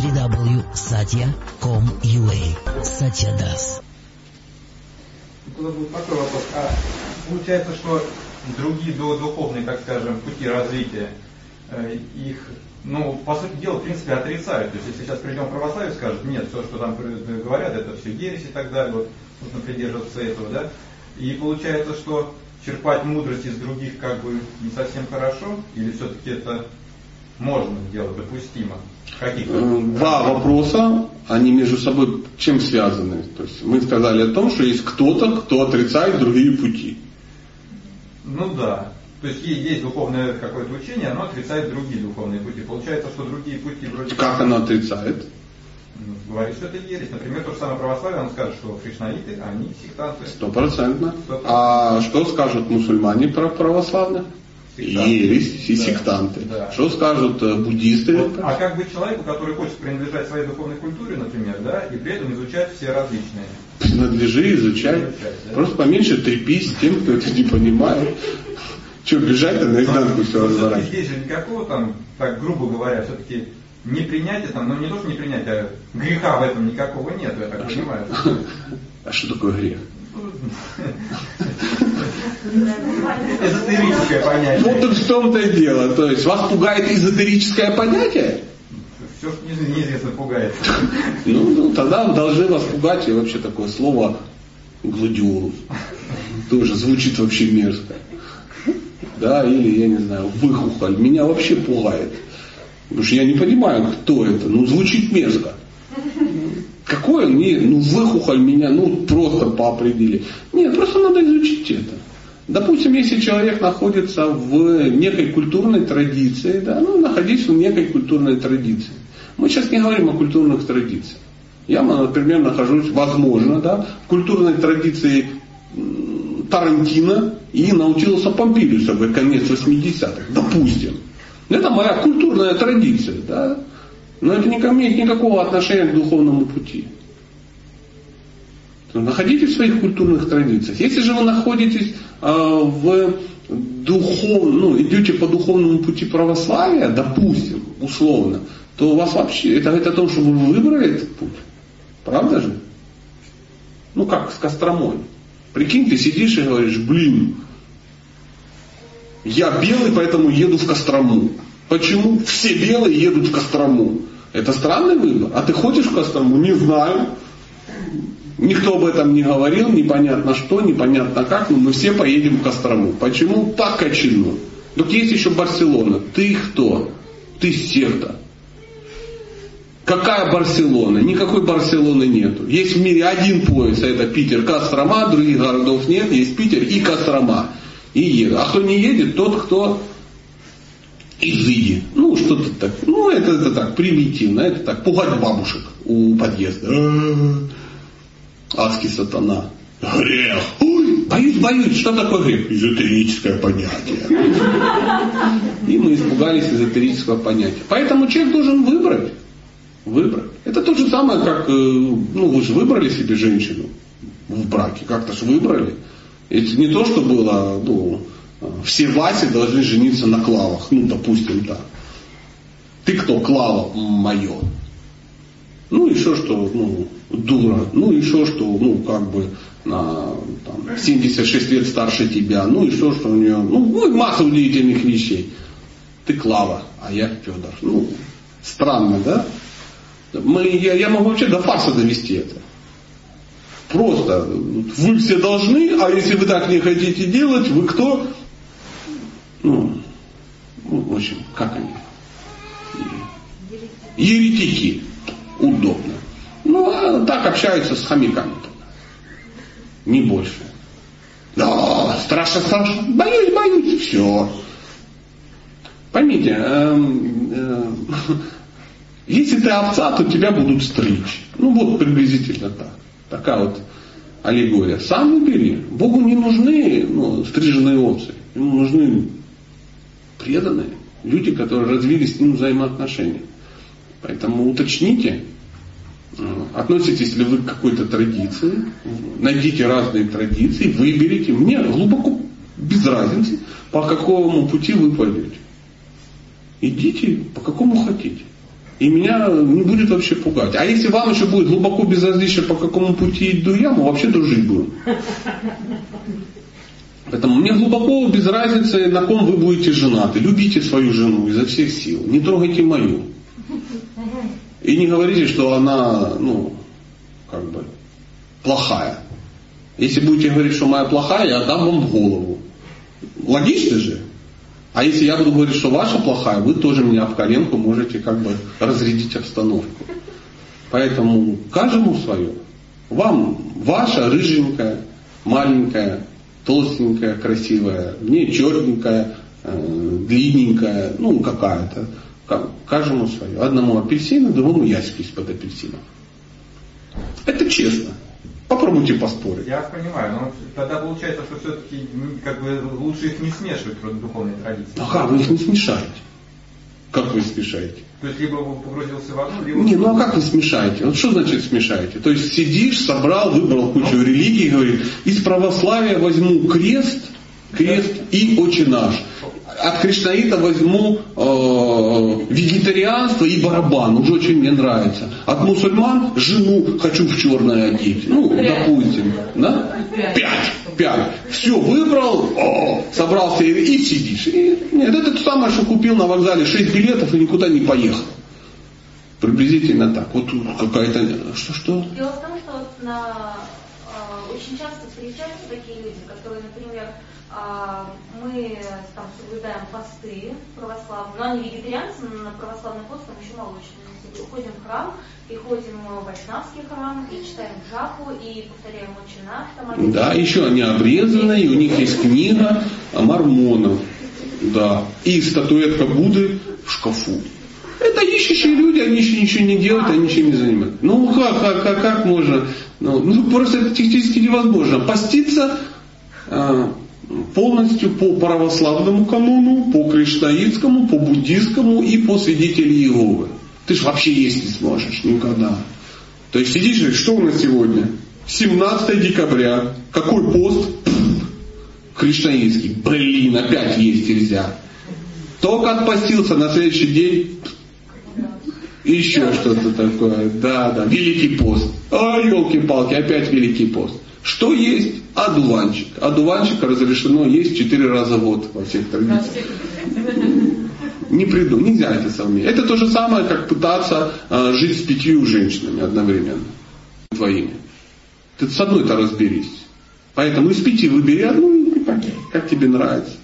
www.satya.com.ua Satya Das. Туда будет такой вопрос. Получается, что другие духовные, так скажем, пути развития, их, по сути дела, в принципе, отрицают. То есть, если сейчас придем в православие, скажут, нет, все, что там говорят, это все ересь и так далее, нужно придерживаться этого, да. И получается, что черпать мудрость из других как бы не совсем хорошо, или все-таки это можно сделать, допустимо? Два вопроса, они между собой чем связаны? То есть мы сказали о том, что есть кто-то, кто отрицает другие пути. Да. То есть есть духовное какое-то учение, оно отрицает другие духовные пути. Получается, что другие пути вроде... Как оно отрицает? Говорит, что это ересь. Например, то же самое православие, он скажет, что кришнаиты, они сектанты. 100%. А что скажут мусульмане про православных? Ересь и сектанты. Да. Что скажут буддисты? А как быть человеку, который хочет принадлежать своей духовной культуре, например, да, и при этом изучать все различные? Принадлежи, изучай. Да? Просто поменьше трепись с тем, кто это не понимает. Что, бежать на изнанку все разворачивать? Здесь же никакого там, так грубо говоря, все-таки непринятия, не то, что непринятие, а греха в этом никакого нет, я так понимаю. А что такое грех? Эзотерическое понятие. Вот в том-то и дело. То есть вас пугает эзотерическое понятие? Все, что неизвестно, пугает. Тогда должны вас пугать и вообще такое слово гладиолус. Тоже звучит вообще мерзко. Да, или, я не знаю, выхухоль. Меня вообще пугает. Потому что я не понимаю, кто это. Звучит мерзко. Какой он? Выхухоль меня, просто по определению. Нет, просто надо изучить это. Допустим, если человек находится в некой культурной традиции, да, находись в некой культурной традиции. Мы сейчас не говорим о культурных традициях. Я, например, нахожусь, возможно, да, в культурной традиции Тарантино и Наутилуса Помпилиуса в конец 80-х, допустим. Это моя культурная традиция, да. Но это не имеет никакого отношения к духовному пути. Находитесь в своих культурных традициях. Если же вы находитесь идете по духовному пути православия, допустим, условно, то у вас вообще, это говорит о том, что вы выбрали этот путь. Правда же? Как с Костромой. Прикинь, ты сидишь и говоришь, я белый, поэтому еду в Кострому. Почему все белые едут в Кострому? Это странный выбор. А ты ходишь в Кострому? Не знаю. Никто об этом не говорил, непонятно что, непонятно как, но мы все поедем в Кострому. Почему? Так качину. Так есть еще Барселона. Ты кто? Ты секта. Какая Барселона? Никакой Барселоны нету. Есть в мире один пояс, это Питер, Кострома, других городов нет, есть Питер и Кострома. И едет. А кто не едет, тот, кто изыди. Что-то так. Это так, примитивно. Это так, пугать бабушек у подъезда. Адский сатана. Грех. Ой, боюсь. Что такое грех? Эзотерическое понятие. И мы испугались эзотерического понятия. Поэтому человек должен выбрать. Это то же самое, как, вы же выбрали себе женщину в браке. Как-то же выбрали. Это не то, что было, все Васи должны жениться на Клавах. Допустим, так. Ты кто? Клава мое. Еще что, дура. Еще что, на 76 лет старше тебя. Еще что у нее, масса удивительных вещей. Ты Клава, а я Федор. Странно, да? Я могу вообще до фарса довести это. Просто вы все должны, а если вы так не хотите делать, вы кто? В общем, как они? Еретики. Удобно. А так общаются с хомяками. Не больше. Да, страшно. Боюсь, все. Поймите, если ты овца, то тебя будут стричь. Приблизительно так. Такая вот аллегория. Сам выбери. Богу не нужны стриженные овцы. Ему нужны преданные. Люди, которые развили с ним взаимоотношения. Поэтому уточните, относитесь ли вы к какой-то традиции, найдите разные традиции, выберите. Мне глубоко без разницы, по какому пути вы пойдете. Идите по какому хотите. И меня не будет вообще пугать. А если вам еще будет глубоко безразлично, по какому пути иду я, мы вообще дружить будем. Поэтому мне глубоко без разницы, на ком вы будете женаты. Любите свою жену изо всех сил. Не трогайте мою. И не говорите, что она, плохая. Если будете говорить, что моя плохая, я дам вам в голову. Логично же? А если я буду говорить, что ваша плохая, вы тоже меня в коленку можете разрядить обстановку. Поэтому каждому свое. Вам ваша рыженькая, маленькая, толстенькая, красивая, мне черненькая, длинненькая, какая-то. Каждому свое. Одному апельсины, другому ящик из-под апельсинов. Это честно. Попробуйте поспорить. Я понимаю, но тогда получается, что все-таки лучше их не смешивать, вроде духовной традиции. Ага, вы их не смешаете. Как вы смешаете? То есть либо вы погрузился в одну, либо... как вы смешаете? Вот что значит смешаете? То есть сидишь, собрал, выбрал кучу религий и говорит, из православия возьму крест и Отче наш. От кришнаита возьму вегетарианство и барабан, уже очень мне нравится. От мусульман жену хочу в черное одеть. Допустим. Да? 5. Все, выбрал, собрался и сидишь. Нет, это то самое, что купил на вокзале 6 билетов и никуда не поехал. Приблизительно так. Вот какая-то... Что? Дело в том, что очень часто встречаются такие люди, которые, например, мы соблюдаем посты православные, но они вегетарианцы, но на православный пост там еще молочные. Ходим в храм, и ходим в вайшнавский храм, и читаем джапу, и повторяем Отче наш. Да, еще они обрезаны, и у них есть книга мормонов. Да. И статуэтка Будды в шкафу. Это ищущие люди, они еще ничего не делают, они ничем не занимаются. Как можно? Просто это технически невозможно. Поститься полностью по православному канону, по кришнаитскому, по буддийскому и по свидетелю Иеговы. Ты же вообще есть не сможешь никогда. То есть сидишь и говоришь, что у нас сегодня? 17 декабря. Какой пост? Кришнаитский. Опять есть нельзя. Только отпостился на следующий день. Еще что-то такое. Да, Великий пост. Елки-палки, опять Великий пост. Что есть? Одуванчик. Одуванчик разрешено есть 4 раза в год во всех традициях. Нельзя это совместить. Это то же самое, как пытаться жить с 5 женщинами одновременно. Твоими. Ты с одной-то разберись. Поэтому из 5 выбери одну и как тебе нравится.